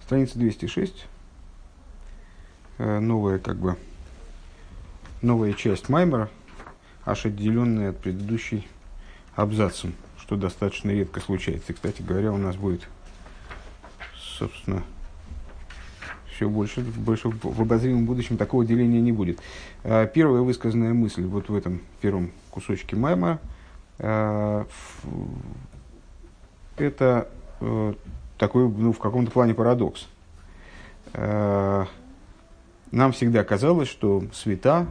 Страница 206. Новая, новая часть Маймера, аж отделенная от предыдущей абзацем, что достаточно редко случается. И, кстати говоря, у нас будет, собственно, все больше в обозримом будущем такого деления не будет. Первая высказанная мысль вот в этом первом кусочке Маймера это такой, в каком-то плане парадокс. Нам всегда казалось, что света,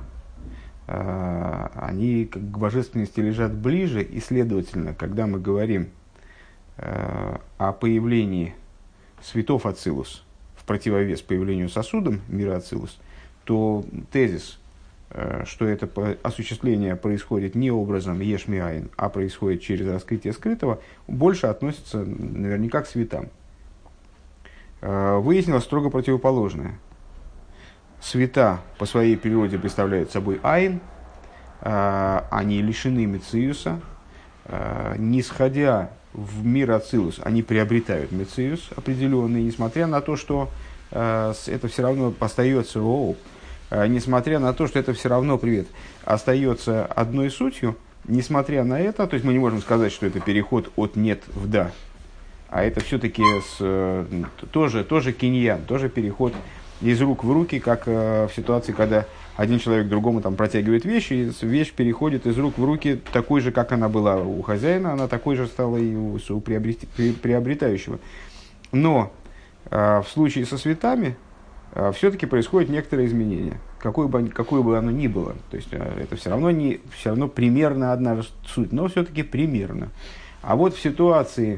они как к божественности лежат ближе, и, следовательно, когда мы говорим о появлении светов Ацилус в противовес появлению сосудам мира Ацилус, то тезис, что это осуществление происходит не образом еш-ми-айн, а происходит через раскрытие скрытого, больше относится наверняка к светам. Выяснилось строго противоположное. Света по своей природе представляют собой айн, они лишены мециуса, нисходя в мир Ацилус, они приобретают мециус определенный, несмотря на то, что это все равно остается несмотря на то, что это все равно, остается одной сутью, несмотря на это, то есть мы не можем сказать, что это переход от нет в да, а это все-таки тоже киньян, тоже переход из рук в руки, как в ситуации, когда один человек другому там протягивает вещь, и вещь переходит из рук в руки такой же, как она была у хозяина, она такой же стала и у приобретающего. Но в случае со светами все-таки происходит некоторое изменение, какое бы оно ни было. То есть это все равно примерно одна суть, но все-таки примерно. А вот в ситуации,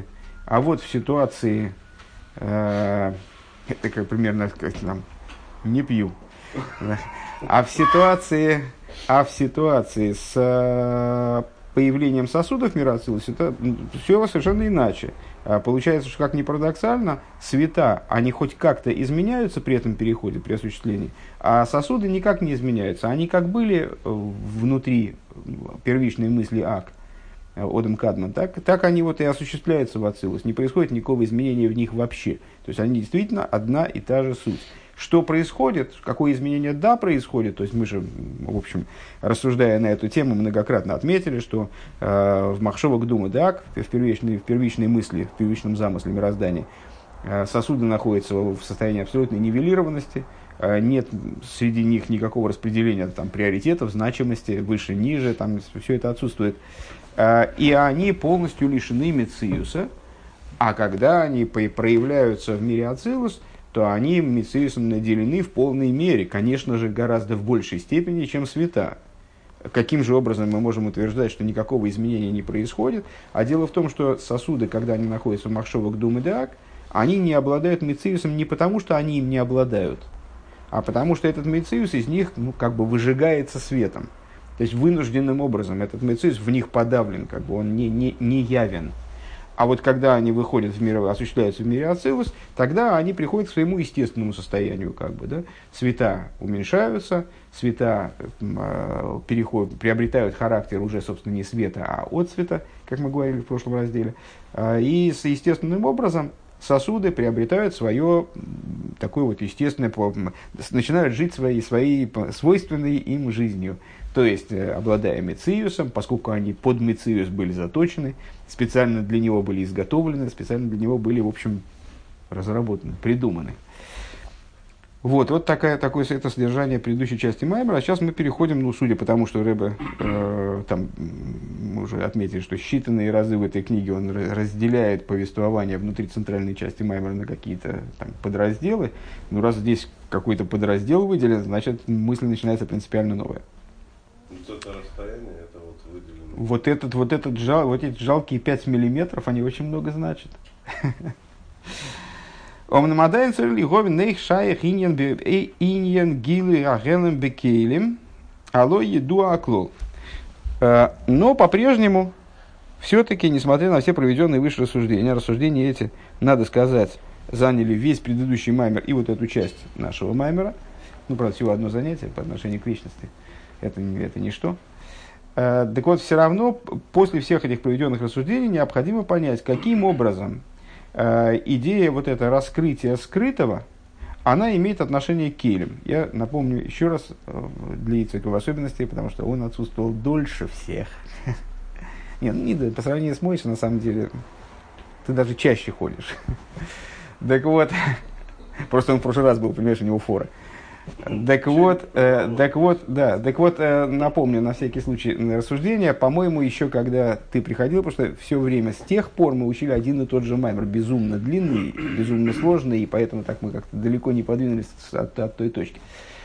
это как примерно как там, не пью. А в ситуации с появлением сосудов мира Ацилус, это все совершенно иначе. Получается, что, как ни парадоксально, света, они хоть как-то изменяются при этом переходе, при осуществлении, а сосуды никак не изменяются. Они как были внутри первичной мысли Ак, Одам Кадман, так они вот и осуществляются в Ацилус. Не происходит никакого изменения в них вообще. То есть они действительно одна и та же суть. Что происходит, какое изменение происходит, то есть мы же, в общем, рассуждая на эту тему, многократно отметили, что в Махшова Гдума Даак, в первичной мысли, в первичном замысле мироздания, сосуды находятся в состоянии абсолютной нивелированности, нет среди них никакого распределения там, приоритетов, значимости, выше, ниже, там все это отсутствует. И они полностью лишены мециуса, а когда они проявляются в мире Ацилус, то они мециусом наделены в полной мере, конечно же, гораздо в большей степени, чем света. Каким же образом мы можем утверждать, что никакого изменения не происходит? А дело в том, что сосуды, когда они находятся в Махшова Гдум и Даак, они не обладают мециусом не потому, что они им не обладают, а потому что этот мециус из них выжигается светом. То есть вынужденным образом этот мециус в них подавлен, он не явен. А вот когда они выходят в мир, осуществляются в мире Ацилус, тогда они приходят к своему естественному состоянию. Света уменьшаются, света приобретают характер уже, собственно, не света, а отцвета, как мы говорили в прошлом разделе. И с естественным образом сосуды приобретают свое такое вот естественное, начинают жить своей свойственной им жизнью. То есть, обладая мециусом, поскольку они под мециус были заточены, специально для него были изготовлены, специально для него были, в общем, разработаны, придуманы. Вот такое это содержание предыдущей части Маймера. А сейчас мы переходим, судя по тому, что Ребе, мы уже отметили, что считанные разы в этой книге он разделяет повествование внутри центральной части Маймера на какие-то там подразделы. Раз здесь какой-то подраздел выделен, значит, мысль начинается принципиально новая. Это расстояние, это выделено. Вот эти жалкие 5 миллиметров, они очень много значат. Омнамадаин царли говин нейх шаях иньян гилы агелем бекейлем алой еду аклол. Но по-прежнему, все-таки, несмотря на все проведенные выше рассуждения эти, надо сказать, заняли весь предыдущий маймер и вот эту часть нашего маймера. Правда, всего одно занятие по отношению к личности. Это ничто. Так вот, все равно, после всех этих проведенных рассуждений, необходимо понять, каким образом идея вот это раскрытия скрытого, она имеет отношение к келем. Я напомню еще раз для Ицхака в особенности, потому что он отсутствовал дольше всех. Нет, ну, по сравнению с Мойшей, на самом деле, ты даже чаще ходишь. Так вот, просто он в прошлый раз был, понимаешь, у него фора. Так вот, напомню на всякий случай рассуждение. По-моему, еще когда ты приходил, потому что все время с тех пор мы учили один и тот же маймер, безумно длинный, безумно сложный, и поэтому так мы как-то далеко не подвинулись от той точки.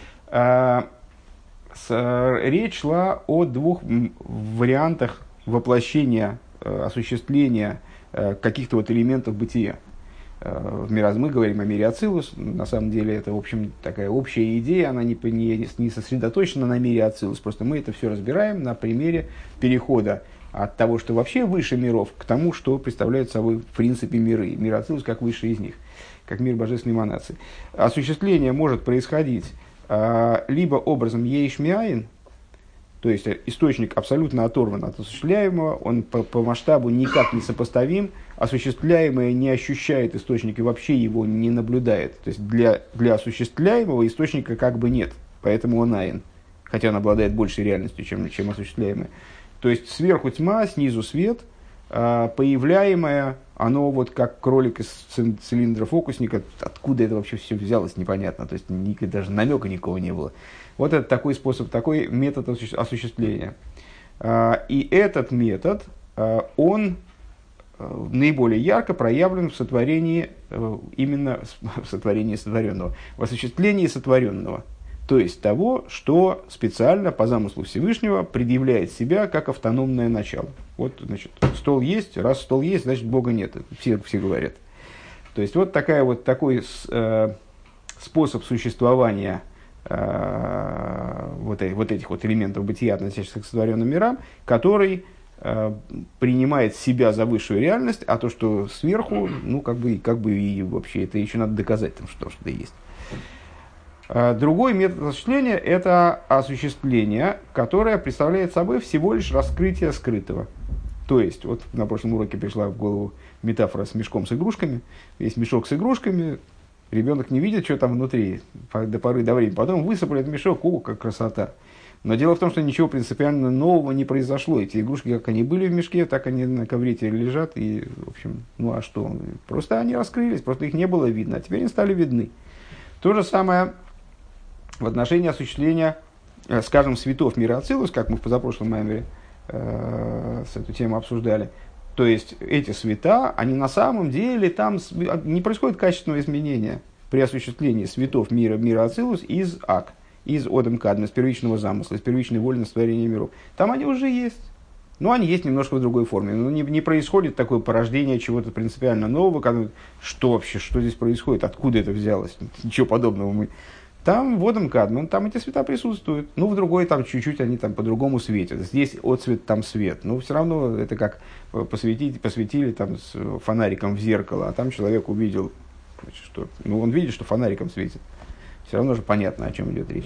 Речь шла о двух вариантах воплощения, осуществления каких-то вот элементов бытия. Мы говорим о мире Ацилус, на самом деле это, в общем, такая общая идея, она не сосредоточена на мире Ацилус, просто мы это все разбираем на примере перехода от того, что вообще выше миров, к тому, что представляют собой в принципе миры. Мир Ацилус как высший из них, как мир божественной эманации. Осуществление может происходить либо образом ейшмиаин, то есть источник абсолютно оторван от осуществляемого, он по масштабу никак не сопоставим, осуществляемое не ощущает источник и вообще его не наблюдает. То есть для осуществляемого источника как бы нет, поэтому он аин, хотя он обладает большей реальностью, чем осуществляемое. То есть сверху тьма, снизу свет, появляемое, оно вот как кролик из цилиндра фокусника, откуда это вообще все взялось, непонятно, то есть даже намека никого не было. Вот это такой способ, такой метод осуществления. И этот метод, он наиболее ярко проявлен в сотворении, именно в сотворении сотворенного, в осуществлении сотворенного. То есть того, что специально по замыслу Всевышнего предъявляет себя как автономное начало. Вот, значит, стол есть, раз стол есть, значит, Бога нет. Все говорят. То есть вот такой способ существования вот этих вот элементов бытия, относящихся к сотворенным мирам, который принимает себя за высшую реальность, а то, что сверху, ну, как бы и вообще это еще надо доказать, там, что-то есть. Другой метод осуществления – это осуществление, которое представляет собой всего лишь раскрытие скрытого. То есть, вот на прошлом уроке пришла в голову метафора с мешком с игрушками. Есть мешок с игрушками, ребенок не видит, что там внутри до поры до времени. Потом высыпали этот мешок, как красота. Но дело в том, что ничего принципиально нового не произошло. Эти игрушки, как они были в мешке, так они на ковре лежат. И, в общем, ну а что? Просто они раскрылись, просто их не было видно, а теперь они стали видны. То же самое в отношении осуществления, скажем, светов мира Ацилус, как мы в позапрошлом маймере с эту тему обсуждали. То есть эти света, они на самом деле, там не происходит качественного изменения при осуществлении светов мира Ацилус из Ак, из Одем Кадма, из первичного замысла, из первичной воли на сотворение миров. Там они уже есть. Но они есть немножко в другой форме. Но не происходит такое порождение чего-то принципиально нового, когда, что вообще, что здесь происходит, откуда это взялось, ничего подобного. Там в Одем Кадман, там эти света присутствуют. Ну, в другой там чуть-чуть они там по-другому светят. Здесь отцвет, там свет. Но все равно это как посветили там с фонариком в зеркало, а там человек увидел, значит, что, ну, он видит, что фонариком светит. Все равно же понятно, о чем идет речь.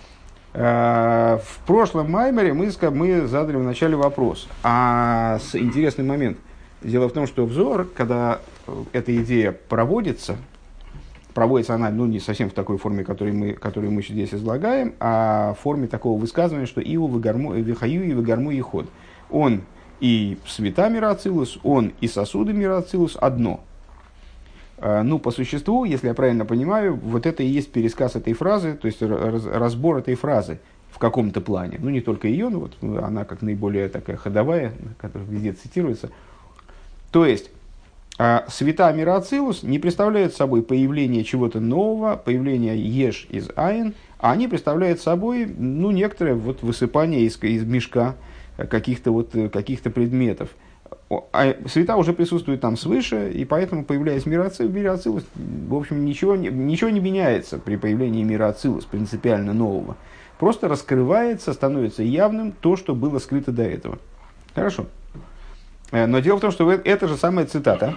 В прошлом маймере мы задали в начале вопрос. Интересный момент. Дело в том, что взор, когда эта идея проводится она, ну, не совсем в такой форме, которую мы здесь излагаем, а в форме такого высказывания, что «Иу вихаю и выгарму и ход». Он и света мира Ацилус, он и сосуды мира Ацилус одно. Ну, по существу, если я правильно понимаю, вот это и есть пересказ этой фразы, то есть разбор этой фразы в каком-то плане. Ну, не только ее, но вот она как наиболее такая ходовая, которая везде цитируется. То есть, света мира Ацилус не представляют собой появление чего-то нового, появление еш из айн, а они представляют собой, ну, некоторое вот высыпание из мешка каких-то предметов. А света уже присутствуют там свыше, и поэтому, появляясь в мире Ацилус, в общем, ничего не меняется при появлении мира Ацилус, принципиально нового. Просто раскрывается, становится явным то, что было скрыто до этого. Хорошо. Но дело в том, что эта же самая цитата,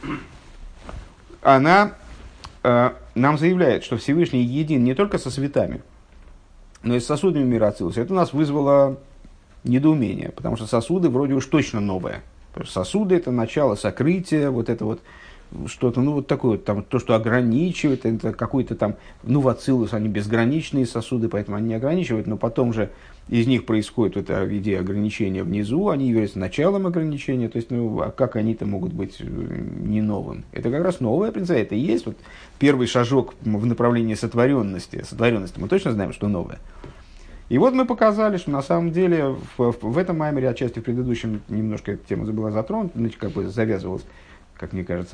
она нам заявляет, что Всевышний един не только со светами, но и с сосудами мира Ацилус. Это у нас вызвало недоумение, потому что сосуды вроде уж точно новое. Потому что сосуды – это начало сокрытия, вот это вот что-то, ну, вот такое, там, то, что ограничивает, это какой-то там, ну, вацилус, они безграничные сосуды, поэтому они не ограничивают, но потом же из них происходит эта идея ограничения внизу, они являются началом ограничения, то есть, ну, а как они-то могут быть не новым? Это как раз новое принципиально, это и есть вот первый шажок в направлении сотворенности. Сотворенности мы точно знаем, что новое. И вот мы показали, что на самом деле в этом маймере, отчасти в предыдущем, немножко эта тема была затронута, значит, как бы завязывалась, как мне кажется.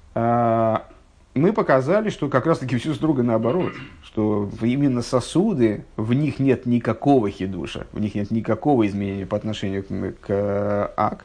Мы показали, что как раз-таки все строго наоборот, что именно сосуды, в них нет никакого хидуша, в них нет никакого изменения по отношению к ак,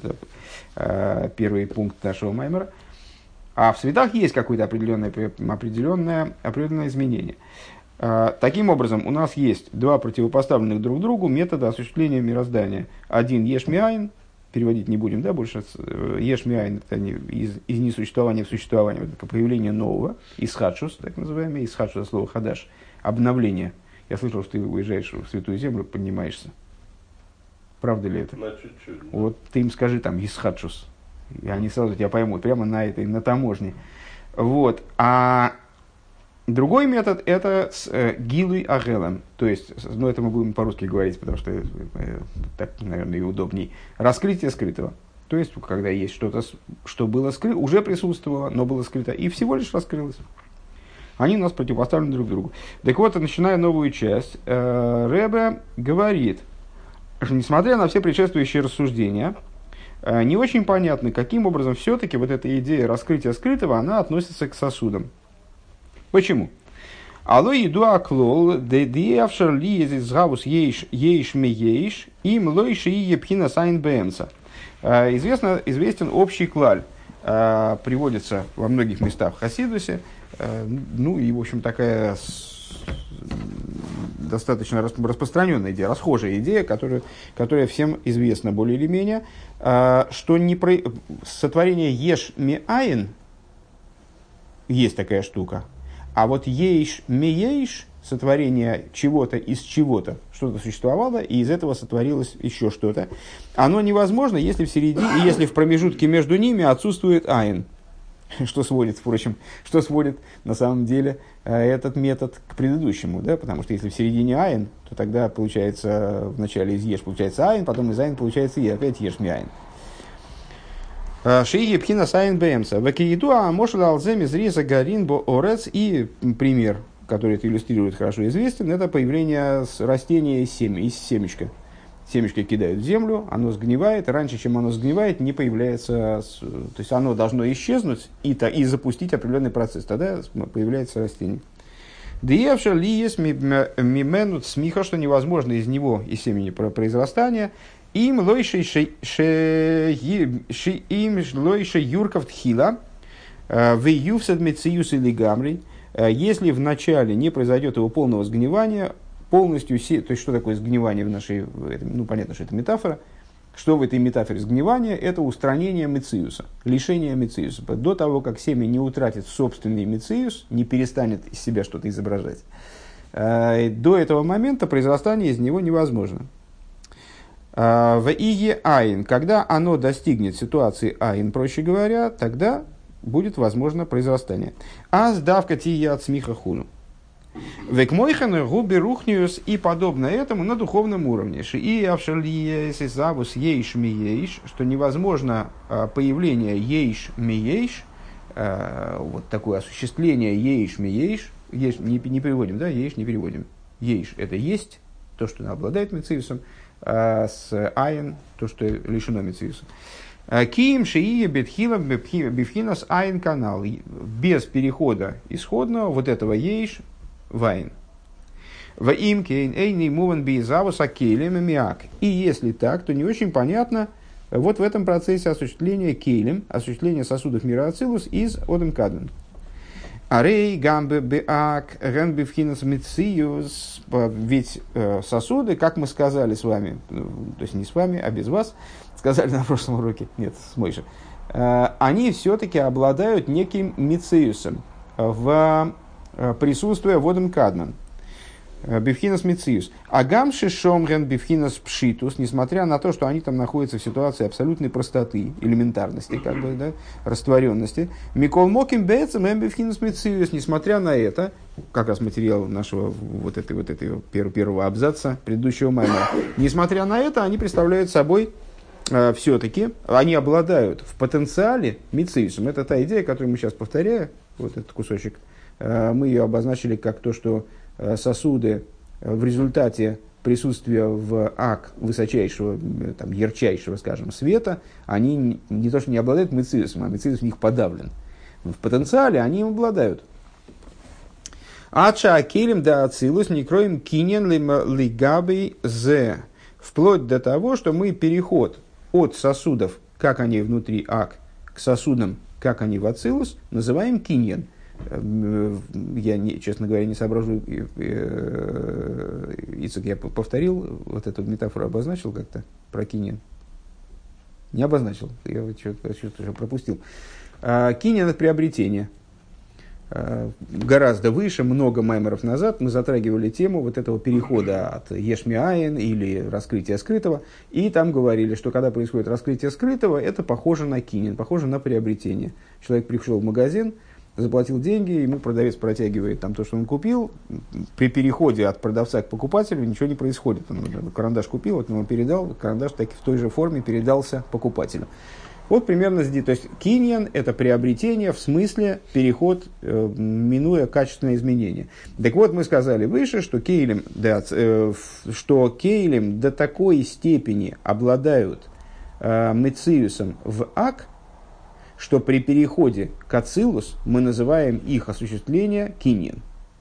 первый пункт нашего маймера, а в светах есть какое-то определенное изменение. Таким образом, у нас есть два противопоставленных друг другу метода осуществления мироздания. Один еш миайн, переводить не будем, да, больше еш миайн, это из несуществования в существование, это по появлению нового, исхадшус, так называемый, исхадшус, слово хадаш, обновление. Я слышал, что ты уезжаешь в Святую Землю, поднимаешься. Правда ли это? На чуть-чуть. Да. Вот ты им скажи там исхадшус, и они сразу тебя поймут, прямо на таможне. Вот, а другой метод – это с гилуй агелем, то есть, ну, это мы будем по-русски говорить, потому что так, наверное, и удобней. Раскрытие скрытого. То есть, когда есть что-то, что было скрыто, уже присутствовало, но было скрыто, и всего лишь раскрылось. Они у нас противопоставлены друг другу. Так вот, начиная новую часть, Ребе говорит, что, несмотря на все предшествующие рассуждения, не очень понятно, каким образом все-таки вот эта идея раскрытия скрытого, она относится к сосудам. Почему? Алло еду аклол, дедиавшар ли езгавус ейш ми ейш, им лойши и епхина сайн бэмса. Известен общий клаль, приводится во многих местах в Хасидусе, ну и, в общем, такая достаточно распространенная идея, расхожая идея, которая всем известна более или менее, что сотворение еш ми айн есть такая штука. А вот ейш меейш, сотворение чего-то из чего-то, что-то существовало, и из этого сотворилось еще что-то, оно невозможно, если в середине, если в промежутке между ними отсутствует айн. Что сводит, впрочем, на самом деле этот метод к предыдущему, да? Потому что если в середине айн, то тогда получается вначале из еш получается айн, потом из айн получается и опять еш ми айн. Шиги пхина сайн бэмса. Вакииду амошла алзем из риза гарин бо орец. И пример, который это иллюстрирует, хорошо известен, это появление растения из семечка. Семечко кидают в землю, оно сгнивает, раньше, чем оно сгнивает, не появляется, то есть оно должно исчезнуть и запустить определенный процесс, тогда появляется растение. Диевша ли есть мименут смеха, что невозможно из него, из семени произрастания. Им лойшей юрков тхила в юфсад мециюс или гамрий, если в начале не произойдет его полного сгнивания, полностью, то есть что такое сгнивание в нашей, ну понятно, что это метафора, что в этой метафоре сгнивания, это устранение мециюса, лишение мециюса, до того, как семя не утратит собственный мециюс, не перестанет из себя что-то изображать, до этого момента произрастание из него невозможно. В ие айн, когда оно достигнет ситуации айн, проще говоря, тогда будет возможно произрастание. А сдавка тия от смиха хуну. Векмойхан губи рухниус, и подобно этому на духовном уровне. И авшалиес изавус ейш ми ейш, что невозможно появление ейш ми ейш, вот такое осуществление ейш ми ейш, не переводим, да, ейш не переводим. Ейш это есть, то, что обладает мециусом, с айн, то, что лишено мециуса. Киим шиие бетхила бифхина с айн канал, без перехода исходного вот этого ейш в айн. В им кейн эйни муван бизавус акелем миак. И если так, то не очень понятно вот в этом процессе осуществления кейлем, осуществления сосудов мира Ацилус из Одем Кадмон. Арей гамбе беак гамбе вхинас мециус. Ведь сосуды, как мы сказали с вами, то есть не с вами, а без вас, сказали на прошлом уроке, нет, с Мойшей, они все-таки обладают неким мециусом в присутствии Водем Кадмон. Бифхинас Мециус. Агамши Шомген Бифхинас Пшитус, несмотря на то, что они там находятся в ситуации абсолютной простоты, элементарности, как бы, да, растворенности. Микол Моким Бецем Бифхинас Мециус, несмотря на это, как раз материал нашего вот этого первого абзаца предыдущего маймера, несмотря на это, они представляют собой все-таки, они обладают в потенциале Мециусом. Это та идея, которую мы сейчас повторяем, вот этот кусочек, мы ее обозначили как то, что сосуды в результате присутствия в ак высочайшего, там, ярчайшего, скажем, света, они не то что не обладают мециусом, а мециус в них подавлен. В потенциале они им обладают. Ача акелем да ацилус не кроем кинен лигабей зе. Вплоть до того, что мы переход от сосудов, как они внутри ак, к сосудам, как они в ацилус, называем кинен. Я, честно говоря, не соображу, Ицек, я повторил, вот эту метафору обозначил как-то про кинен? Не обозначил, я что-то уже пропустил. Кинен – это приобретение. Гораздо выше, много маймеров назад мы затрагивали тему вот этого перехода от ешмиаин или раскрытия скрытого, и там говорили, что когда происходит раскрытие скрытого, это похоже на кинен, похоже на приобретение. Человек пришел в магазин, заплатил деньги, ему продавец протягивает там то, что он купил. При переходе от продавца к покупателю ничего не происходит. Он карандаш купил, вот ему передал, карандаш так в той же форме передался покупателю. Вот примерно здесь. То есть киньян – это приобретение в смысле переход, минуя качественное изменение. Так вот, мы сказали выше, что кейлем до такой степени обладают мециусом в ак, что при переходе к ацилус мы называем их осуществление киньян.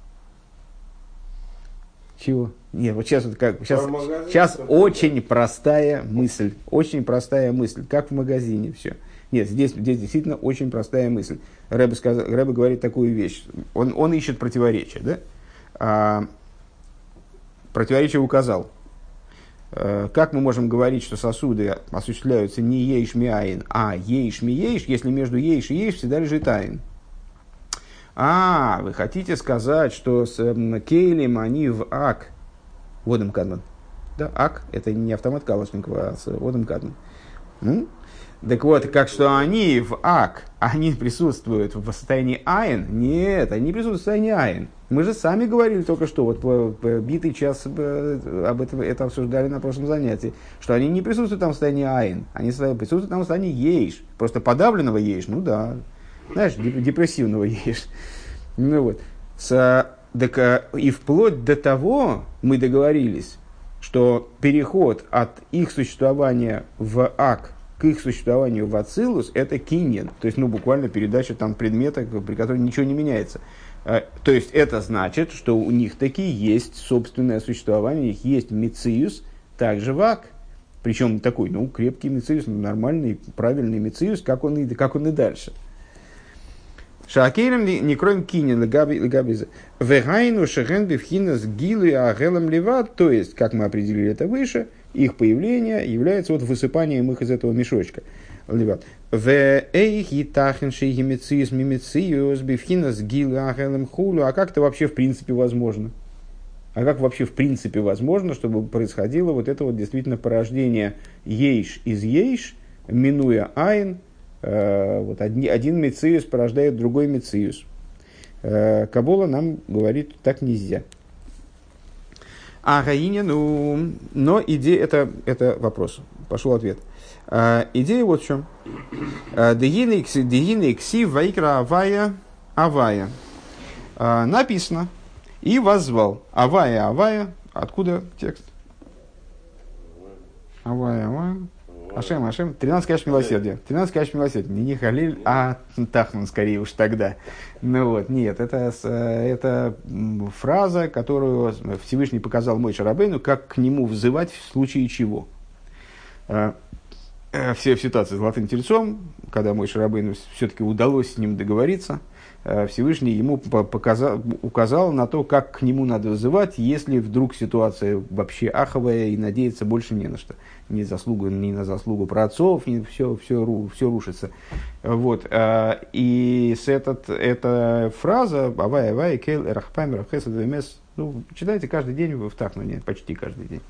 Чего? Нет, вот сейчас, сейчас очень простая мысль. Очень простая мысль, как в магазине все. Нет, здесь действительно очень простая мысль. Рэбе говорит такую вещь. Он ищет противоречия, да? Противоречие указал. Как мы можем говорить, что сосуды осуществляются не ейш ми айн, а ейш ми ейш, если между ейш и ейш всегда лежит айн? Вы хотите сказать, что с кейлем они в ак, водом кадман. Да, ак – это не автомат Калашникова, а с водом кадман. Так вот, как что они в ак, они присутствуют в состоянии айн? Нет, они присутствуют в состоянии айн. Мы же сами говорили только что, вот битый час об этом это обсуждали на прошлом занятии, что они не присутствуют там в состоянии айн, они присутствуют там в состоянии ейш, просто подавленного ейш, ну да, знаешь, депрессивного ейш. Ну вот. И вплоть до того мы договорились, что переход от их существования в ак к их существованию в ацилус – это киньян, то есть буквально передача там предмета, при котором ничего не меняется. То есть это значит, что у них таки есть собственное существование, у них есть мециус, также в ак. Причем такой, крепкий мециус, нормальный, правильный мециус, как он и дальше. Шаакелем не кроем кинен легабизе. Вегайну шеген бифхинас гилы агелем леват. То есть, как мы определили это выше, их появление является вот высыпанием их из этого мешочка. Леват. Веэйхи тахен шейхи мециус мимециус бифхинас гилы агелем хулу. А как это вообще в принципе возможно? А как вообще в принципе возможно, чтобы происходило вот это вот действительно порождение ейш из ейш, минуя айн? Вот один мециус порождает другой мециус. Кабола нам говорит, так нельзя. Но идея, это вопрос. Пошел ответ. Идея вот в чем. Дегинекси вайкра авая. Написано. И воззвал. Авая. Откуда текст? Авая. Ашем, 13 качеств милосердия. 13 качеств милосердия. Не халиль, а тахман скорее уж тогда. Нет, это фраза, которую Всевышний показал Моше Рабейну, как к нему взывать в случае чего. Все в ситуации с золотым тельцом, когда Моше Рабейну все-таки удалось с ним договориться, Всевышний ему указал на то, как к нему надо вызывать, если вдруг ситуация вообще аховая и надеяться больше не на что. Ни на заслугу праотцов, все рушится. Вот. И эта фраза «Авай, авай, кейл, эрахпайм, эрахесад, вемес», читайте каждый день в Тахнуне, почти каждый день.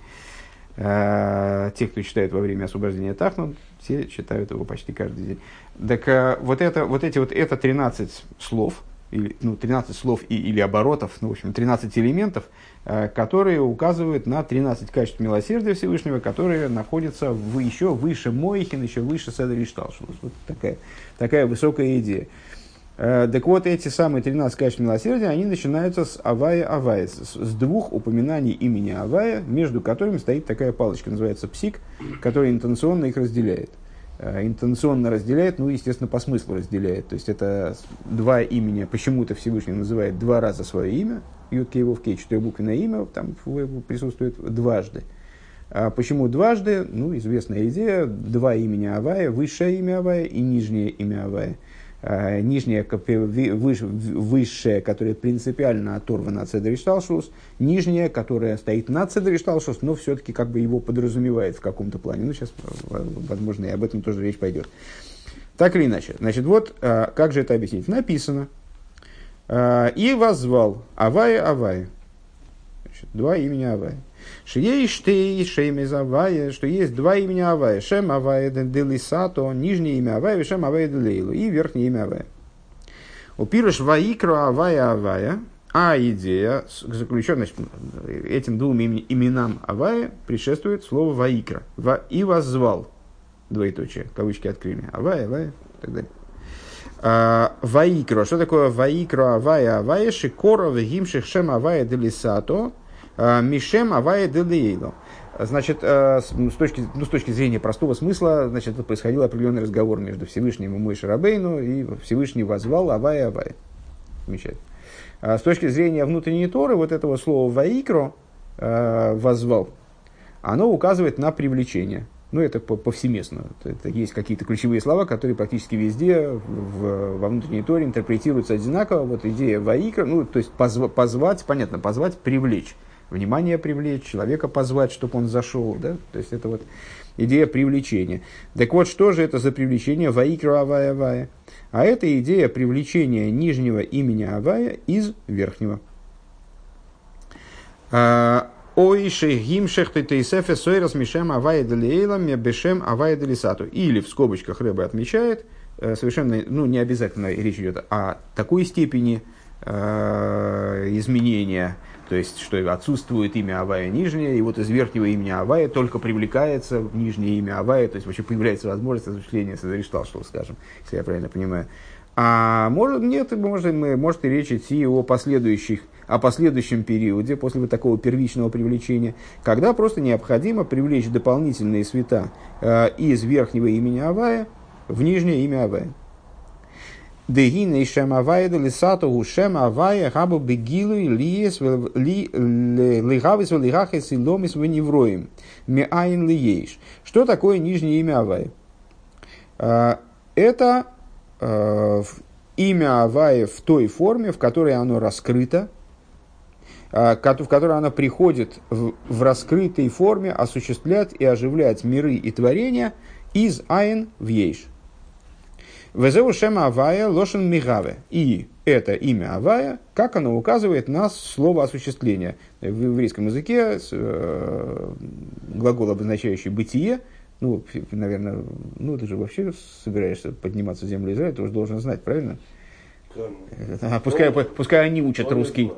Те, кто читает во время освобождения Тахнун, все читают его почти каждый день. Так это 13 слов, 13 слов или оборотов, в общем, 13 элементов, которые указывают на 13 качеств милосердия Всевышнего, которые находятся еще выше Моихин, еще выше Седер Ишталшус. Вот такая высокая идея. Так вот, эти самые 13 качеств милосердия, они начинаются с Авая, с двух упоминаний имени Авая, между которыми стоит такая палочка, называется псик, который интенционно их разделяет. Интенционно разделяет, естественно, по смыслу разделяет. То есть, это два имени, почему-то Всевышний называет два раза свое имя, Юд Кей Вов Кей, четырехбуквенное имя, там присутствует дважды. А почему дважды? Известная идея, два имени Авая, высшее имя Авая и нижнее имя Авая. Нижнее, высшее, которое принципиально оторвано от Седер Ишталшус, нижнее, которое стоит над Седер Ишталшус, но все-таки его подразумевает в каком-то плане. Сейчас, возможно, и об этом тоже речь пойдет. Так или иначе. Значит, как же это объяснить? Написано. И воззвал Авая. Значит, два имени Авая. Шеештей, Шем из Авая, что есть два имени Авая. Шем Авая делисато, нижнее имя Авая, Шем Авая делейлу, и верхнее имя Авая. Упирыш Ваикро Авая, идея заключена, этим двум именам Авая предшествует слово Ваикро. И воззвал, двоеточие, кавычки открыли, Авая, и так далее. Ваикро, что такое Ваикро Авая, Шикоро Вегимших Шем Авая делисато, Мишем Авая Делейло. Значит, с точки зрения простого смысла, значит, происходил определенный разговор между Всевышним и Моше Рабейну, и Всевышний возвал Авая. Замечательно. С точки зрения внутренней Торы, вот этого слова «ваикро», «возвал», оно указывает на привлечение. Это повсеместно. Это есть какие-то ключевые слова, которые практически везде во внутренней Торе интерпретируются одинаково. Вот идея «ваикро», то есть позвать, понятно, позвать, привлечь. Внимание привлечь, человека позвать, чтобы он зашел. Да? То есть, это идея привлечения. Так вот, что же это за привлечение «ваикро Авая»? А это идея привлечения нижнего имени Авая из верхнего. Ойши гимшех тейсефе сойрас мишем Авая делейлам бешем Авая делисату. Или в скобочках Ребе отмечает, совершенно не обязательно речь идет о такой степени изменения, то есть, что отсутствует имя Авая нижнее, и вот из верхнего имени Авая только привлекается нижнее имя Авая, то есть вообще появляется возможность осуществления Седер Ишталшус, скажем, если я правильно понимаю. А может и речь идти о последующем периоде, после вот такого первичного привлечения, когда просто необходимо привлечь дополнительные света из верхнего имени Авая в нижнее имя Авая. Дегина и Шем Авая делисату Шем Авая хабу бегилу лиес лигавис лигахес и ломис веневроим меайн лиеш. Что такое нижнее имя Авая? Это имя Авая в той форме, в которой оно раскрыто, в которой оно приходит в раскрытой форме осуществлять и оживлять миры и творения из Айн в Ейш. Везеу Шем Авая лошен мигаве. И это имя Авая, как оно указывает на слово осуществления. В еврейском языке глагол, обозначающий бытие, наверное, ты же вообще собираешься подниматься в землю Израиля, ты уже должен знать, правильно? Пускай они учат русский.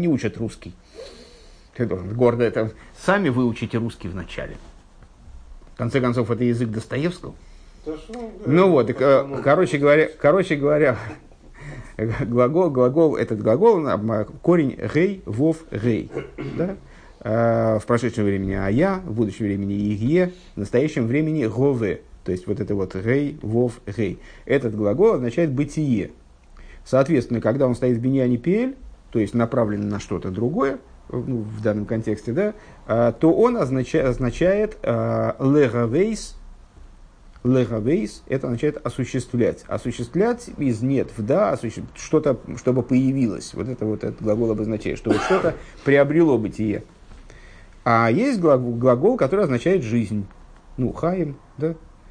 Ты должен гордо это. Сами выучите русский вначале. В конце концов, это язык Достоевского. Короче говоря, глагол, корень гей, вов, гей. Да? В прошедшем времени ая, в будущем времени иге, в настоящем времени гове. То есть, вот это вот гей, вов, гей. Этот глагол означает бытие. Соответственно, когда он стоит в биньяне пиэль, то есть направлен на что-то другое, в данном контексте, да, то он означает легавейс Легавейс – это означает осуществлять. Осуществлять из нет в да, что-то, чтобы появилось. Вот этот глагол обозначает, чтобы что-то приобрело бытие. А есть глагол, который означает жизнь. Ну, хаим, да?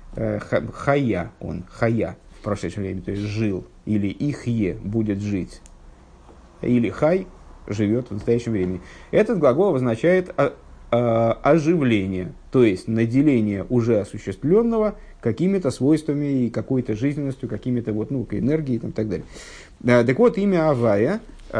Хая он, хая в прошедшем времени, то есть жил. Или ихе будет жить. Или хай живет в настоящем времени. Этот глагол обозначает оживление, то есть наделение уже осуществленного какими-то свойствами и какой-то жизненностью, какими-то энергией и так далее. Так вот, имя Авая,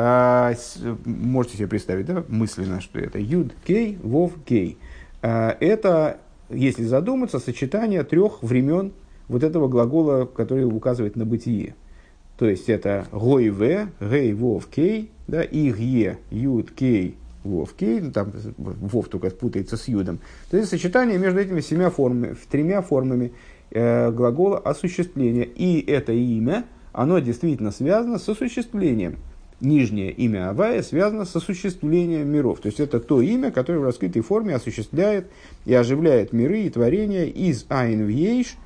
можете себе представить, да, мысленно, что это Юд Кей, Вов Кей. Это, если задуматься, сочетание трех времен вот этого глагола, который указывает на бытие. То есть это Гой В, Гей Вов Кей, да, Игье, Юд Кей, Вов Кей, там Вов только путается с Юдом. То есть сочетание между этими тремя формами глагола осуществления. И это имя, оно действительно связано с осуществлением. Нижнее имя Авая связано с осуществлением миров. То есть это то имя, которое в раскрытой форме осуществляет и оживляет миры и творения из Айн в Ейш.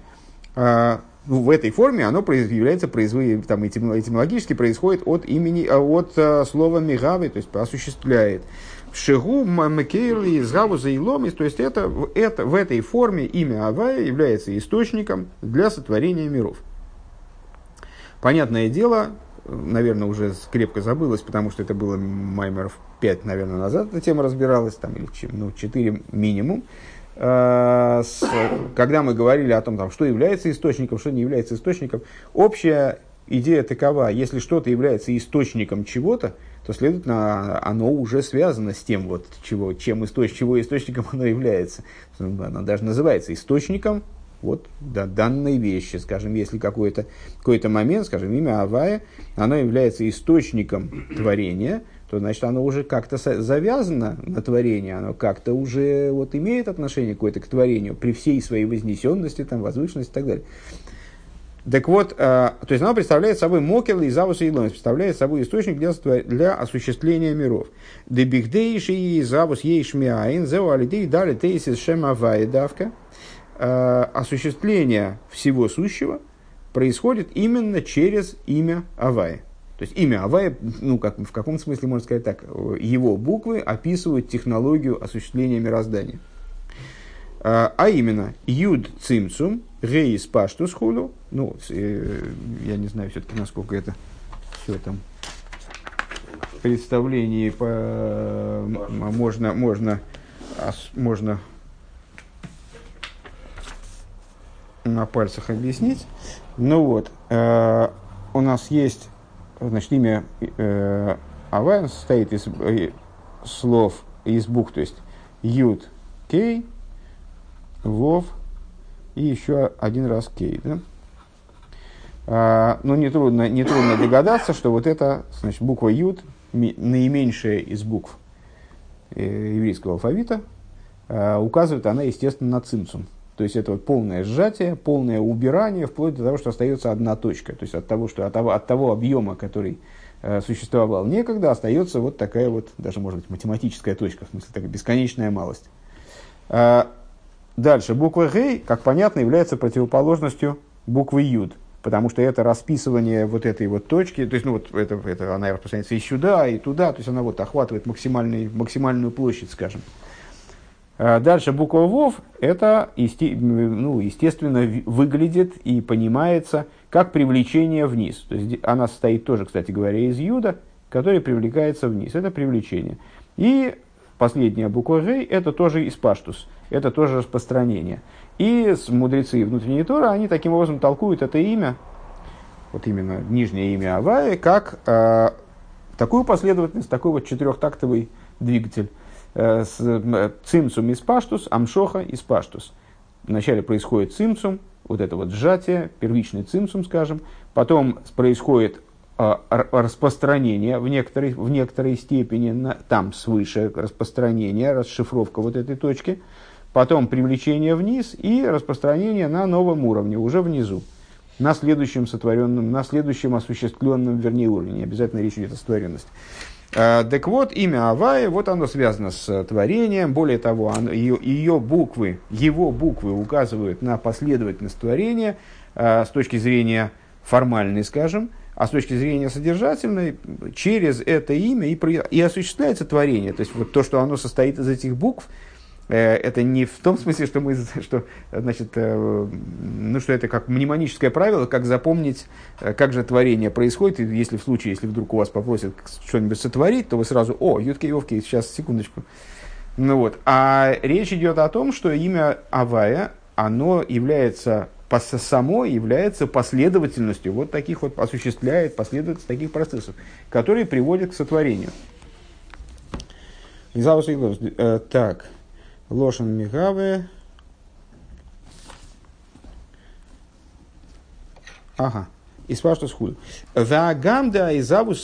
В этой форме оно является этимологически происходит от слова мигавы, то есть осуществляет. Шигу макейрли згаву заиломис, то есть это в этой форме имя Авая является источником для сотворения миров. Понятное дело, наверное, уже крепко забылось, потому что это было маймеров 5, наверное, назад эта тема разбиралась, там, или 4 минимум. Когда мы говорили о том, что является источником, что не является источником, общая идея такова: если что-то является источником чего-то, то, следовательно, оно уже связано с тем, чего источником оно является. Оно даже называется источником данной вещи. Скажем, если какой-то момент, скажем, имя Авая, оно является источником творения, то, значит, оно уже как-то завязано на творение, оно как-то уже имеет отношение какое-то к творению при всей своей вознесенности, возвышенности и так далее. Так вот, то есть оно представляет собой мокер и завус и иломис, представляет собой источник для осуществления миров. Дебихдейши и завус ейшмиаин, зеу алидей дали тейсис шем Авая давка. Осуществление всего сущего происходит именно через имя Авая. То есть имя Авая, в каком смысле можно сказать так, его буквы описывают технологию осуществления мироздания. А именно, Юд Цимцум, Гейс Паштус Худу, я не знаю все-таки, насколько это все там в представлении можно на пальцах объяснить. У нас есть, значит, имя Авая состоит из слов, из букв, то есть Юд, Кей, Вов и еще один раз Кей. Да? Нетрудно догадаться, что это, значит, буква Юд, наименьшая из букв еврейского алфавита, указывает она, естественно, на цимцум. То есть это полное сжатие, полное убирание, вплоть до того, что остается одна точка. То есть от того объема, который существовал некогда, остается такая даже, может быть, математическая точка, в смысле, такая бесконечная малость. Дальше. Буква Гей, как понятно, является противоположностью буквы Юд, потому что это расписывание этой точки, то есть она распространяется и сюда, и туда, то есть она охватывает максимальную площадь, скажем. Дальше буква Вов, это, естественно, выглядит и понимается как привлечение вниз. То есть она состоит тоже, кстати говоря, из Юда, который привлекается вниз. Это привлечение. И последняя буква Гей, это тоже испаштус, это тоже распространение. И мудрецы внутренней Торы, они таким образом толкуют это имя, именно нижнее имя Авая, как такую последовательность, такой четырехтактовый двигатель. Цимцум из паштус, амшоха из паштус. Вначале происходит цимцум, это сжатие, первичный цимцум, скажем. Потом происходит распространение в некоторой степени, там свыше распространение, расшифровка этой точки. Потом привлечение вниз и распространение на новом уровне, уже внизу. на следующем сотворенном, на следующем осуществленном, вернее, уровне. Не обязательно речь идет о сотворенности. Так вот, имя Авая, вот оно связано с творением. Более того, его буквы указывают на последовательность творения с точки зрения формальной, скажем, а с точки зрения содержательной, через это имя и осуществляется творение. То есть, вот то, что оно состоит из этих букв, это не в том смысле, что это как мнемоническое правило, как запомнить, как же творение происходит. И если вдруг у вас попросят что-нибудь сотворить, то вы сразу, Ютки-Йовки, сейчас, секундочку. А речь идет о том, что имя Авая, оно является последовательностью вот таких вот, осуществляет последовательность таких процессов, которые приводят к сотворению. Так. Лошен Мигаве. Ага. Испаштус худ. Ваагам де айзавус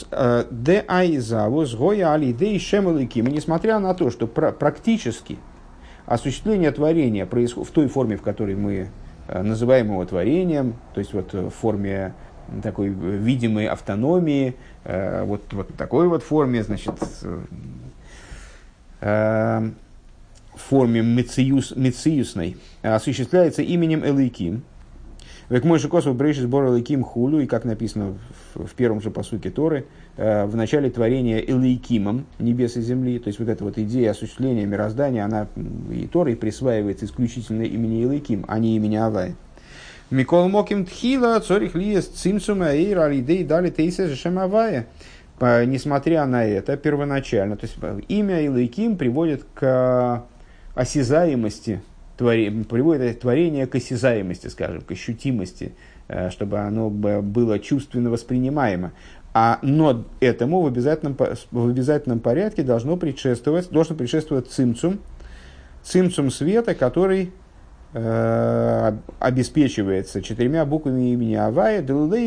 гоя али де ишемаликим. Несмотря на то, что практически осуществление творения происходит в той форме, в которой мы называем его творением, то есть вот в форме такой видимой автономии, вот такой вот форме, значит, в форме мециюсной, осуществляется именем Элейким. Век мой шикосов брейшис бор Элейким хулю, и как написано в первом же пасуке Торы, в начале творения Элейкимом небес и земли, то есть вот эта вот идея осуществления мироздания, она и Торой присваивается исключительно имени Элейким, а не имени Авая. Микол моким тхила цорих лиес цимсума эйр алидей дали тейсе жешем Авая. Несмотря на это, первоначально, то есть имя Элейким приводит к осязаемости, приводит творение к осязаемости, скажем, к ощутимости, чтобы оно было чувственно воспринимаемо. Но этому в обязательном порядке должен предшествовать цимцум света, который обеспечивается 4 буквами имени Авая,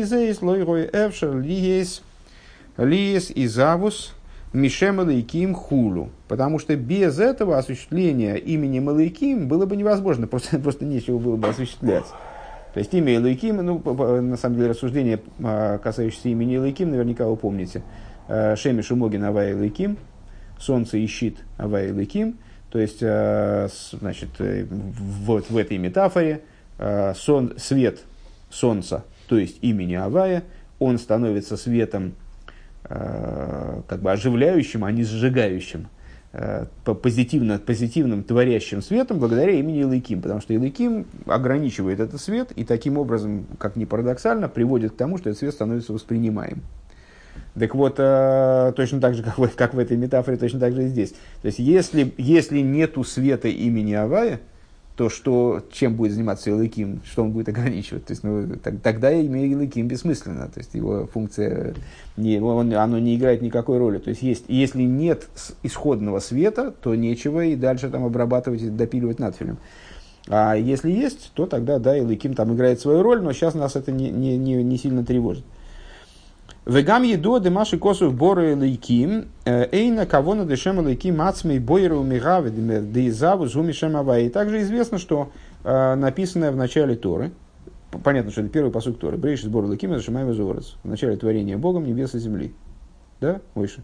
лиес и завус мишем элейким хулу. Потому что без этого осуществления именем Элейким было бы невозможно, просто нечего было бы осуществлять. То есть имя Элейким, на самом деле рассуждение, касающееся имени Элейким, наверняка вы помните. Шемиш умогин Авая Элейким, солнце и щит Авая Элейким. То есть, значит, вот в этой метафоре свет солнца, то есть имени Авая, он становится светом как бы оживляющим, а не сжигающим, позитивным творящим светом благодаря имени Элейким, потому что Элейким ограничивает этот свет и таким образом, как ни парадоксально, приводит к тому, что этот свет становится воспринимаем. Так вот, точно так же, как в этой метафоре, точно так же и здесь. То есть, если нету света имени Авая, то чем будет заниматься Элейким, что он будет ограничивать? То есть, тогда имя Элейким бессмысленно. То есть, его функция, оно не играет никакой роли. То есть, если нет исходного света, то нечего и дальше там обрабатывать и допиливать надфилем. А если есть, то тогда, да, Элейким там играет свою роль, но сейчас нас это не сильно тревожит. Вегам едо демаши косов боры Элейким, эйна кавона дешем Элейким ацмей бойру мигаве деизаву зумишем Авая. И также известно, что написанное в начале Торы, понятно, что это первый пасук Торы, брейшис бор Элейким зашимаем изуворец, в начале творения Богом небес и земли. Да, выше.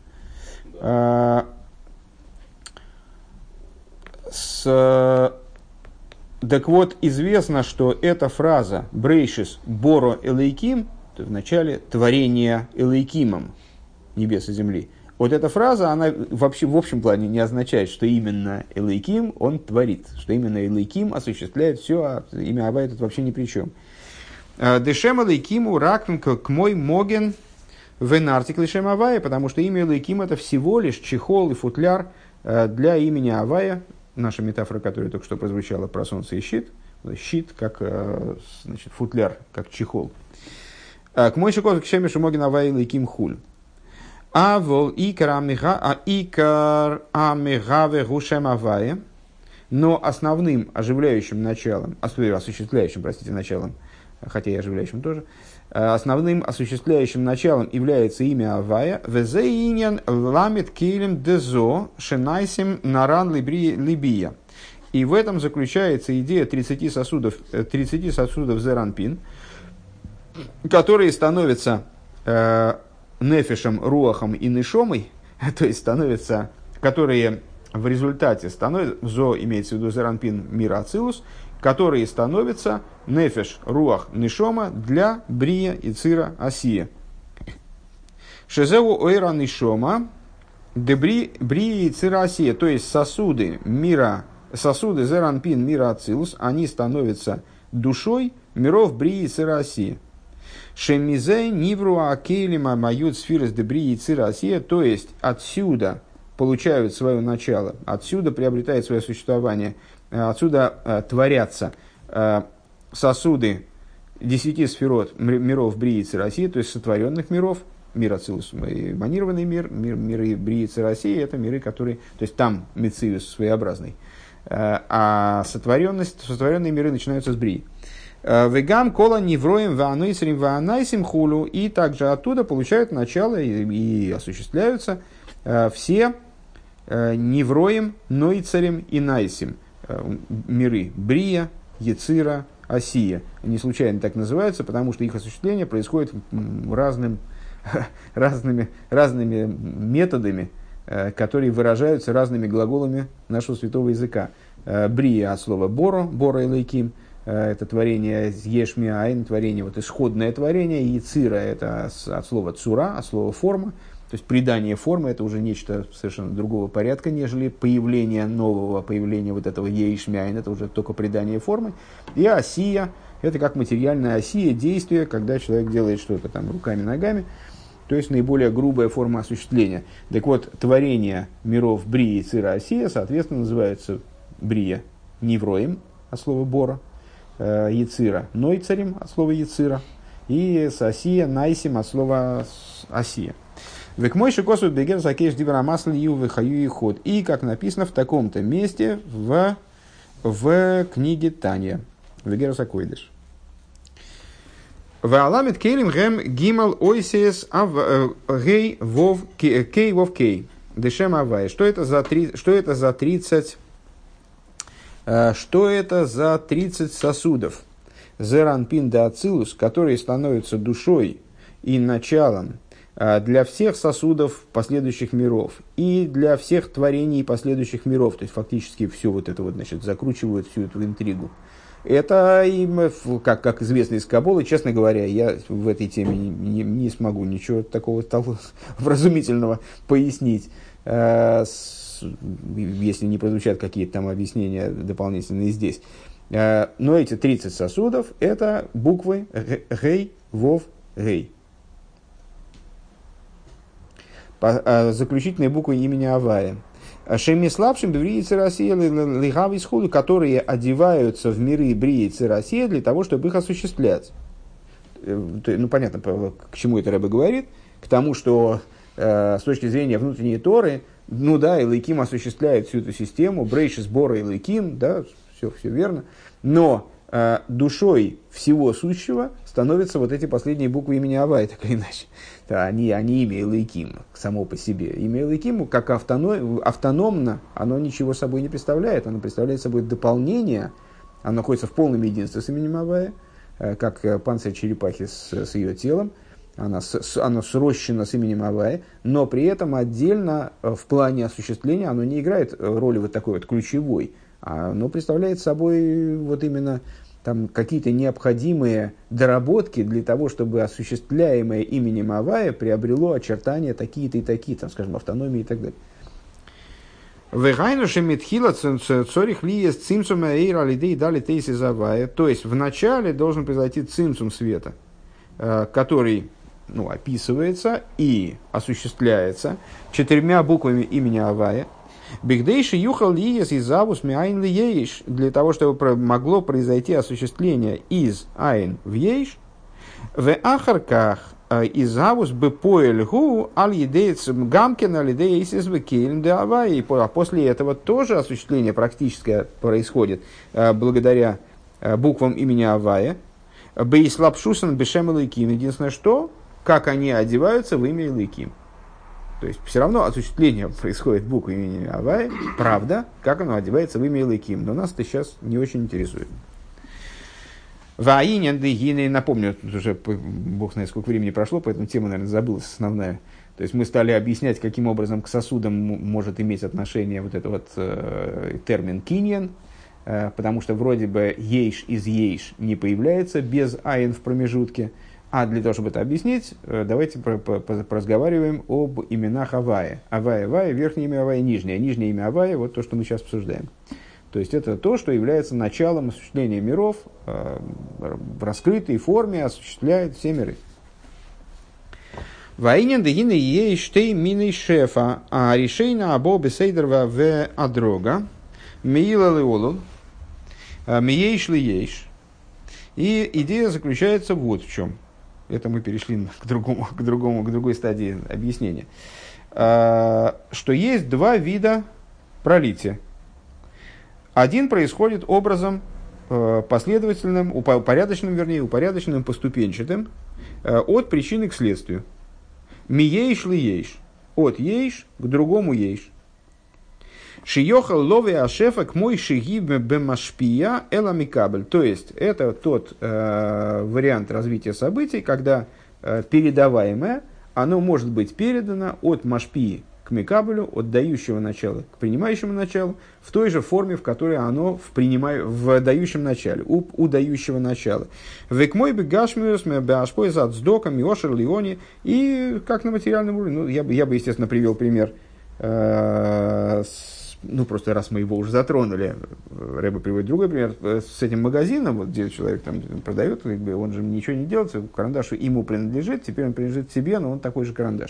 Так вот, известно, что эта фраза брейшис боро Элейким, в начале творения Элейкимом небес и земли. Вот эта фраза, она вообще в общем плане не означает, что именно Элейким он творит, что именно Элейким осуществляет все, а имя Авая тут вообще ни при чем. Дешем Элейкиму ракн к мой моген венартик лишем Авая, потому что имя Элейким это всего лишь чехол и футляр для имени Авая. Наша метафора, которая только что прозвучала про солнце и щит, щит как, значит, футляр, как чехол. К мой шикозу к шемишу могин Авая Элейким хуль. А вол икар амигаве гушем Авая. Но основным оживляющим началом, осуществляющим, началом, хотя и оживляющим тоже, основным осуществляющим началом является имя Авая. Везеиньян ламит кейлем дезо шенайсим наран либия. И в этом заключается идея 30 сосудов зеранпин, которые становятся нефешем, руахом и нишомой, то есть становятся, которые в результате становятся, зо имеется в виду зеранпин мира ацилус, которые становятся нефеш, руах, нишома для брия и цира асия. Шезеу ойра нишома дебри брия и цира асия, то есть сосуды мира, сосуды зеранпин мира ацилус, они становятся душой миров брии и цира асия. Шемизей нивру акелима мают сфирос дебри и цира асия, то есть отсюда получают свое начало, отсюда приобретает свое существование, отсюда творятся сосуды 10 сферот миров Брии и Цирасии, то есть сотворенных миров, мир Ацилус, эманированный мир, миры Брии и Цирасии, это миры, которые, то есть там Мециус своеобразный, а сотворенные миры начинаются с Брии. Вегам кола невроем ваанойсерим ваанайсим хулу, и также оттуда получают начало и осуществляются все невроем, нойцарем и найсим миры Брия, Ецира, Асия. Они случайно так называются, потому что их осуществление происходит разными методами, которые выражаются разными глаголами нашего святого языка. Брия от слова боро, боро и лейким, это творение ешми айн, творение, вот исходное творение, Ецира это от слова цура, от слова форма. То есть придание формы – это уже нечто совершенно другого порядка, нежели появление нового, появление вот этого ейшмяйн, это уже только придание формы. И осия – это как материальная осия, действие, когда человек делает что-то там руками, ногами, то есть наиболее грубая форма осуществления. Так вот, творение миров Брии, Цира, Осия, соответственно, называются Брия невроем, от слова бора, Ецира нойцарем, от слова Ецира, и Осия найсим, от слова Осия. И, как написано в таком-то месте в книге Таня. Вегерас Акойдыш. Вааламит кейлим гэм гимал ойсес гей вов кей. Дешем авай. Что это за 30 сосудов? Зеранпин да ацилус, которые становятся душой и началом для всех сосудов последующих миров и для всех творений последующих миров. То есть фактически все вот это вот, значит, закручивают всю эту интригу. Это, как известно из Каббалы, честно говоря, я в этой теме не смогу ничего такого вразумительного пояснить, если не прозвучат какие-то там объяснения дополнительные здесь. Но эти 30 сосудов – это буквы Гей, Вов, Гей. Заключительные буквы имени Авая. Шемислабшим Брии Цирасия Лигавис Худу, которые одеваются в миры Брии Цирасия для того, чтобы их осуществлять. Ну, понятно, к чему это Рэбе говорит. К тому, что с точки зрения внутренней Торы, ну да, Элейким осуществляет всю эту систему, Брейши сбора Элейким, да, все верно. Но душой всего сущего становятся вот эти последние буквы имени Авай, так или иначе. Да, они имя Элейким само по себе. Имя Элейким, как автономно, оно ничего собой не представляет. Оно представляет собой дополнение. Оно находится в полном единстве с именем Авая, как панцирь черепахи с ее телом. Оно срощено с именем Авая, но при этом отдельно в плане осуществления оно не играет роли вот такой вот ключевой. Оно представляет собой вот именно там какие-то необходимые доработки для того, чтобы осуществляемое именем Авая приобрело очертания такие-то и такие, там, скажем, автономии и так далее. То есть вначале должен произойти цимцум света, который описывается и осуществляется 4 буквами имени Авая. Бигдейши юхал лиес из авус миайн ли ейш, для того, чтобы могло произойти осуществление из айн в ейш, в ахарках из авус бепоэль гу аль едейц гамкен аль едейсис в кейлем де авай. А после этого тоже осуществление практическое происходит благодаря буквам имени Авая. Бейслапшусан бешем элейким. Единственное, что, как они одеваются в имя Элейким. То есть, все равно осуществление происходит в букве имени Авая, правда, как оно одевается в имя Элейким. Но нас это сейчас не очень интересует. Ваинен дегины, напомню, уже бог знает сколько времени прошло, поэтому тема, наверное, забылась основная. То есть мы стали объяснять, каким образом к сосудам может иметь отношение вот этот вот термин киньян, потому что вроде бы ейш из ейш не появляется без айн в промежутке. А для того, чтобы это объяснить, давайте поразговариваем об именах Авая. Авая, верхнее имя Авая, нижнее. Нижнее имя Авая, вот то, что мы сейчас обсуждаем. То есть это то, что является началом осуществления миров, в раскрытой форме осуществляет все миры. Ваинен дегины ей штей мины шефа, а решейна або бесейдерва в адрога, миила леолу, миейш ли ейш. И идея заключается вот в чем. Это мы перешли к другой стадии объяснения. Что есть два вида пролития. Один происходит образом последовательным, упорядоченным, поступенчатым, от причины к следствию. Миейш ли ейш. От ейш к другому ейш. Шиёхал лове ашефа к мой шиги бемашпия эламикабель. То есть, это тот вариант развития событий, когда передаваемое, оно может быть передано от машпии к микабелю, от дающего начала к принимающему началу, в той же форме, в которой оно в дающем начале, у дающего начала. Век мой бегашмиус беашпой за цдоком йошер лиони. И как на материальном уровне, ну, я бы, естественно, привел пример просто раз мы его уже затронули, Рэбе приводит другой пример, с этим магазином, вот, где человек там продает, он же ничего не делает, карандаш ему принадлежит, теперь он принадлежит себе, но он такой же карандаш.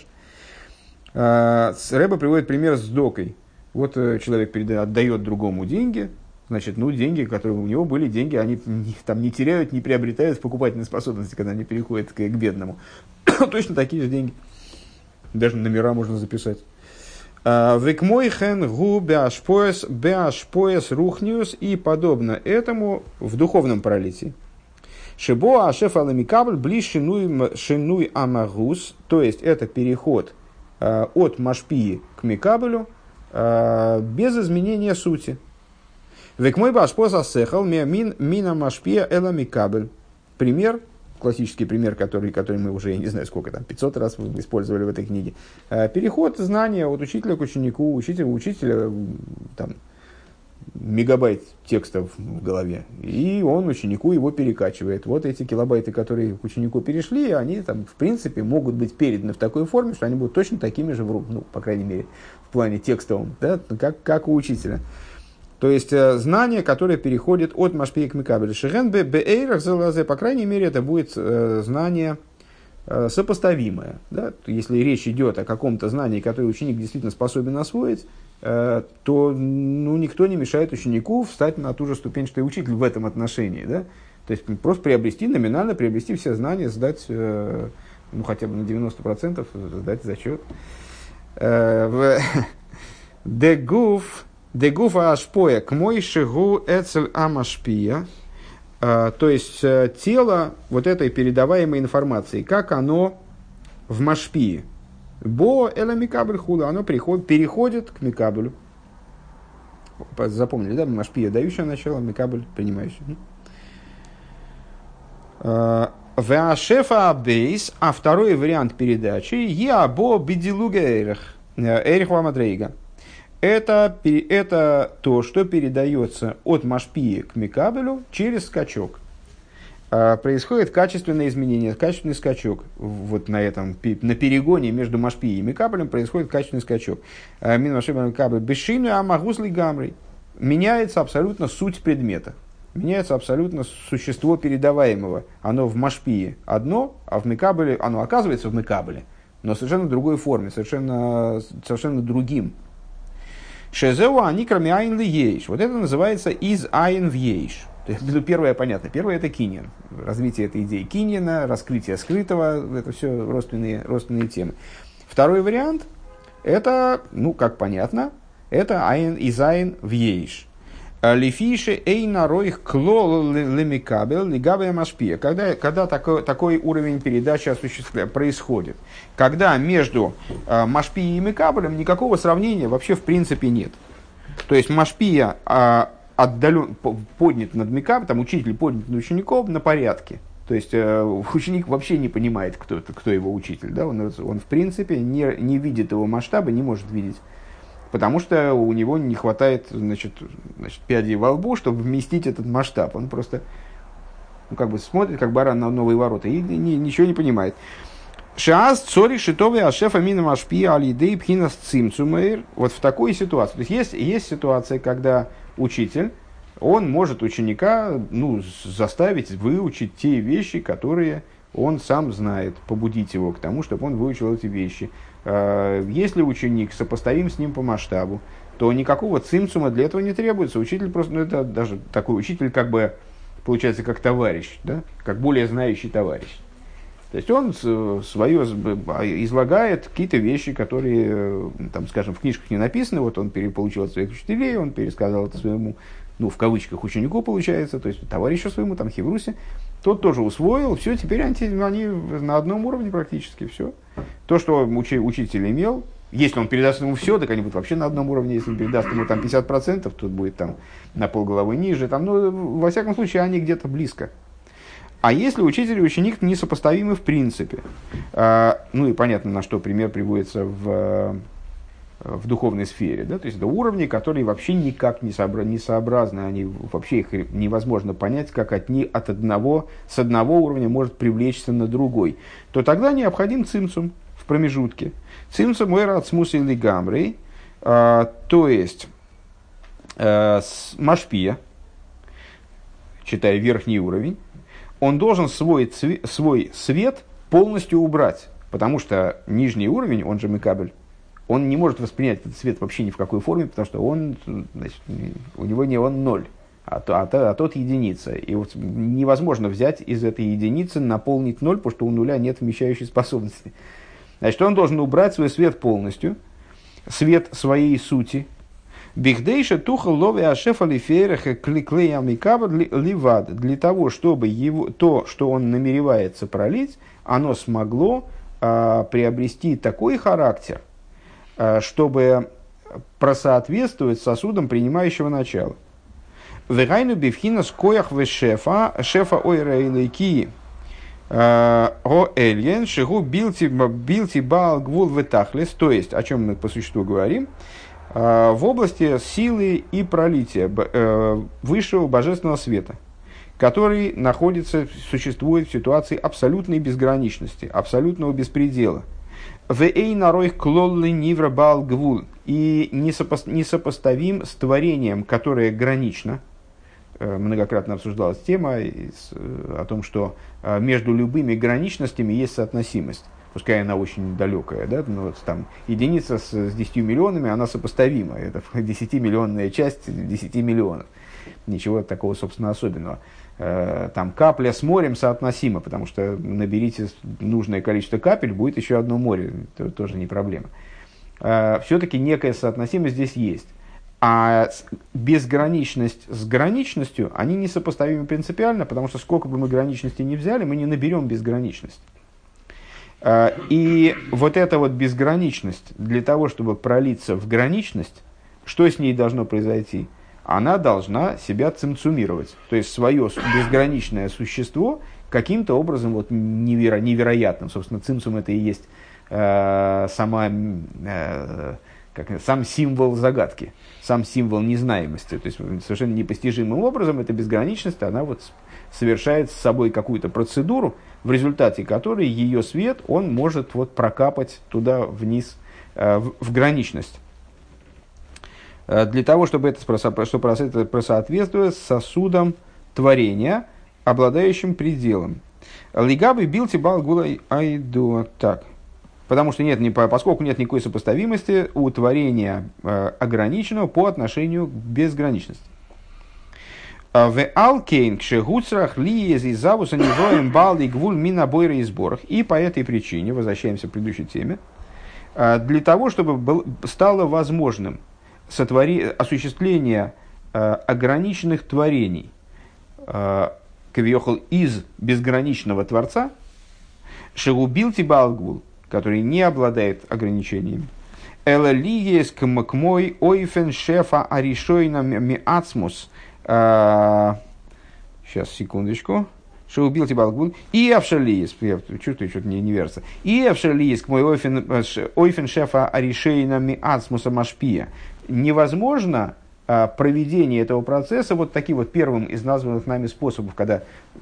Рэбе приводит пример с докой. Вот человек отдает другому деньги, значит, деньги, которые у него были, деньги, они там не теряют, не приобретают покупательной способности, когда они переходят к бедному. Точно такие же деньги. Даже номера можно записать. Векмойхен гу беашпоэс рухниус, и подобно этому в духовном пролитии. Шибо ашеф аламикабль бли шинуй амагус, то есть это переход от машпии к микаблю без изменения сути. Векмой башпоэс асехал мина машпия эла микабль. Пример. Классический пример, который мы уже, я не знаю сколько, 500 раз использовали в этой книге. Переход знания от учителя к ученику, учителя там, мегабайт текстов в голове, и он ученику его перекачивает. Вот эти килобайты, которые к ученику перешли, они там, в принципе, могут быть переданы в такой форме, что они будут точно такими же, по крайней мере, в плане текстовом, да, как у учителя. То есть, знание, которое переходит от машпии к микабелю. Шиген беэйрах залазе, по крайней мере, это будет знание сопоставимое. Да? Если речь идет о каком-то знании, которое ученик действительно способен освоить, то никто не мешает ученику встать на ту же ступень, что и учитель в этом отношении. Да? То есть, просто номинально приобрести все знания, сдать хотя бы на 90%, сдать зачет. Дегуфа ашпоя к мой шигу эцель амашпия, то есть тело вот этой передаваемой информации, как оно в машпии. Бо эла микабль худа, оно переходит к микаблю. Запомнили, да? Машпия дающее начало, микабль принимающий. Веашефа абейс, а второй вариант передачи я бо бидилуга эрих ламадрейга. Это то, что передается от машпии к микабелю через скачок. Происходит качественное изменение, качественный скачок. Вот на перегоне между машпией и микабелем происходит качественный скачок. Меняется абсолютно суть предмета. Меняется абсолютно существо передаваемого. Оно в машпии одно, а в микабеле оно оказывается в микабеле, но в совершенно другой форме, совершенно другим. Шезеу они кроме айн ли ейш. Вот это называется из айн в ейш. Первое понятно. Первое это киньян. Развитие этой идеи киньяна, раскрытие скрытого. Это все родственные темы. Второй вариант это, как понятно, это айн из айн в ейш. Лифиши эйна роих клол лемикабел лигабе машпия. Когда такой уровень передачи происходит, когда между машпией и микабелем никакого сравнения вообще в принципе нет. То есть машпия поднят над Микабель, там учитель поднят над учеником на порядке. То есть ученик вообще не понимает, кто его учитель. Да? Он в принципе не видит его масштаба, не может видеть. Потому что у него не хватает пядей во лбу, чтобы вместить этот масштаб. Он просто смотрит, как баран на новые ворота, и ничего не понимает. Шаас цори шитовый ашефа мина машпи алидей пхинас цимцумейр. Вот в такой ситуации. То есть ситуация, когда учитель, он может ученика заставить выучить те вещи, которые он сам знает, побудить его к тому, чтобы он выучил эти вещи. Если ученик сопоставим с ним по масштабу, то никакого цимцума для этого не требуется. Учитель просто, это даже такой учитель, получается, как товарищ, да? Как более знающий товарищ. То есть он свое излагает какие-то вещи, которые, скажем, в книжках не написаны. Вот он получил от своих учителей, он пересказал это своему, в кавычках, ученику, получается, то есть товарищу своему, Хеврусе. Тот тоже усвоил, все, теперь они на одном уровне практически, все. То, что учитель имел, если он передаст ему все, так они будут вообще на одном уровне. Если он передаст ему 50%, тут будет на полголовы ниже. Во всяком случае, они где-то близко. А если учитель и ученик несопоставимы в принципе, и понятно, на что пример приводится в духовной сфере, да? То есть это уровни, которые вообще никак не сообразны, они вообще их невозможно понять, как с одного уровня может привлечься на другой, то тогда необходим цимцум в промежутке. Цимцум эра ацмус или гамрей, то есть машпия, читая верхний уровень, он должен свой свет полностью убрать, потому что нижний уровень, он же Микабель, он не может воспринять этот свет вообще ни в какой форме, потому что у него не он ноль, а тот единица. И вот невозможно взять из этой единицы, наполнить ноль, потому что у нуля нет вмещающей способности. Значит, он должен убрать свой свет полностью, свет своей сути. Бихдейша туха лови ашефа лифереха кликлея микабад ливад. Для того, чтобы то, что он намеревается пролить, оно смогло приобрести такой характер, чтобы просоответствовать сосудам принимающего начала. Вегайну бифхина скоях в шефа ойра илайки о эльен шигу билти бал гвул ветахлес. То есть, о чем мы по существу говорим, в области силы и пролития высшего божественного света, который существует в ситуации абсолютной безграничности, абсолютного беспредела. И несопоставим с творением, которое гранично. Многократно обсуждалась тема о том, что между любыми граничностями есть соотносимость. Пускай она очень далекая, да? Но единица с 10 миллионами, она сопоставима. Это 10-миллионная часть 10 миллионов. Ничего такого, собственно, особенного. Капля с морем соотносима, потому что наберите нужное количество капель, будет еще одно море, это тоже не проблема. Все-таки некая соотносимость здесь есть. А безграничность с граничностью, они несопоставимы принципиально, потому что сколько бы мы граничности ни взяли, мы не наберем безграничность. И вот эта вот безграничность, для того, чтобы пролиться в граничность, что с ней должно произойти? Она должна себя цимцумировать, то есть свое безграничное существо каким-то образом невероятным, собственно, цимцум это и есть сам символ загадки, сам символ незнаемости, то есть совершенно непостижимым образом эта безграничность, она совершает с собой какую-то процедуру, в результате которой ее свет, он может прокапать туда вниз, в граничность. Для того, чтобы это просоответствовало сосудам творения, обладающим пределом. Лигабы билти балгула айду. Так. Потому что поскольку нет никакой сопоставимости у творения ограниченного по отношению к безграничности. В алкейн кшегуцрах лиези завуса низоем балди гвуль мина бойра и сборах. И по этой причине, возвращаемся к предыдущей теме, для того, чтобы стало возможным осуществление ограниченных творений кавиохал из безграничного Творца, шегубил тибалгвул, который не обладает ограничениями, Элалиес к мой ойфен шефа аришойна миацмус. Сейчас, секундочку. Что убил тебя Алгун. И авшалиес. Я чувствую, что-то не верится. И авшалиес к мой ойфен шефа аришойна миацмуса машпия. Невозможно проведение этого процесса вот таким вот первым из названных нами способов, когда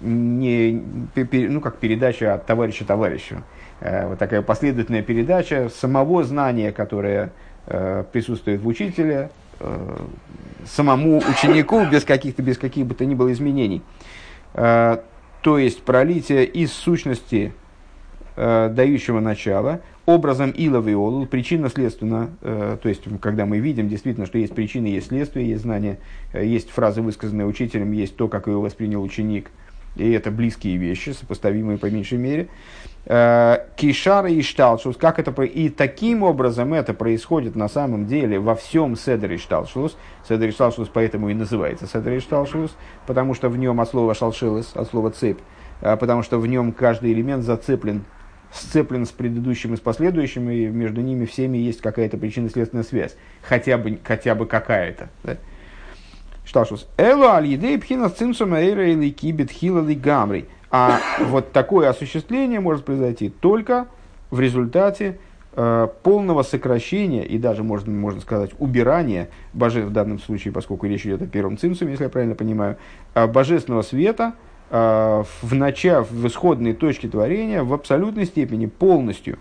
как передача от товарища товарищу. Вот такая последовательная передача самого знания, которое присутствует в учителе, самому ученику без каких бы то ни было изменений. То есть пролитие из сущности дающего начала образом илов и олул, причинно-следственно, то есть когда мы видим действительно, что есть причины, есть следствие, есть знания, есть фразы, высказанные учителем, есть то, как его воспринял ученик, и это близкие вещи, сопоставимые по меньшей мере. Кишара и шталшус, как это и таким образом это происходит на самом деле во всем седер и шталшус. Седер и шталшус поэтому и называется седер и шталшус, потому что в нем от слова шалшилос, от слова цепь, потому что в нем каждый элемент сцеплен с предыдущим и с последующим, и между ними всеми есть какая-то причинно-следственная связь, хотя бы какая-то. Да? Шталшус. Эло аль-едей пхинас цимсум эйра или кибет хилали гамрей. А вот такое осуществление может произойти только в результате полного сокращения и даже, можно сказать, убирания в данном случае, поскольку речь идет о первом цимсуме, если я правильно понимаю, божественного света в исходной точке творения в абсолютной степени, полностью.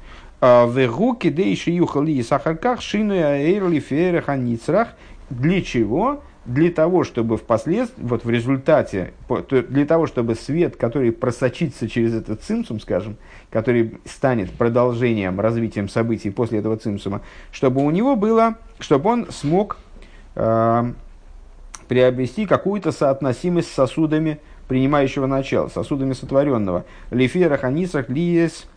Для чего? Для того, чтобы впоследствии, вот в результате, для того, чтобы свет, который просочится через этот цимсум, скажем, который станет продолжением, развитием событий после этого цимсума, чтобы у него было, чтобы он смог приобрести какую-то соотносимость с сосудами принимающего начала, сосудами сотворенного. Лифера ханисах лиес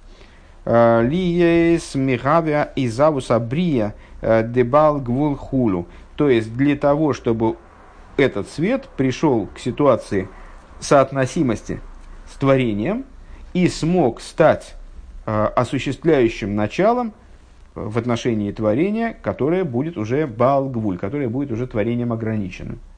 михавия изавуса брия дебал гвул хулу. То есть для того, чтобы этот свет пришел к ситуации соотносимости с творением и смог стать осуществляющим началом в отношении творения, которое будет уже баал гвуль, которое будет уже творением ограниченным.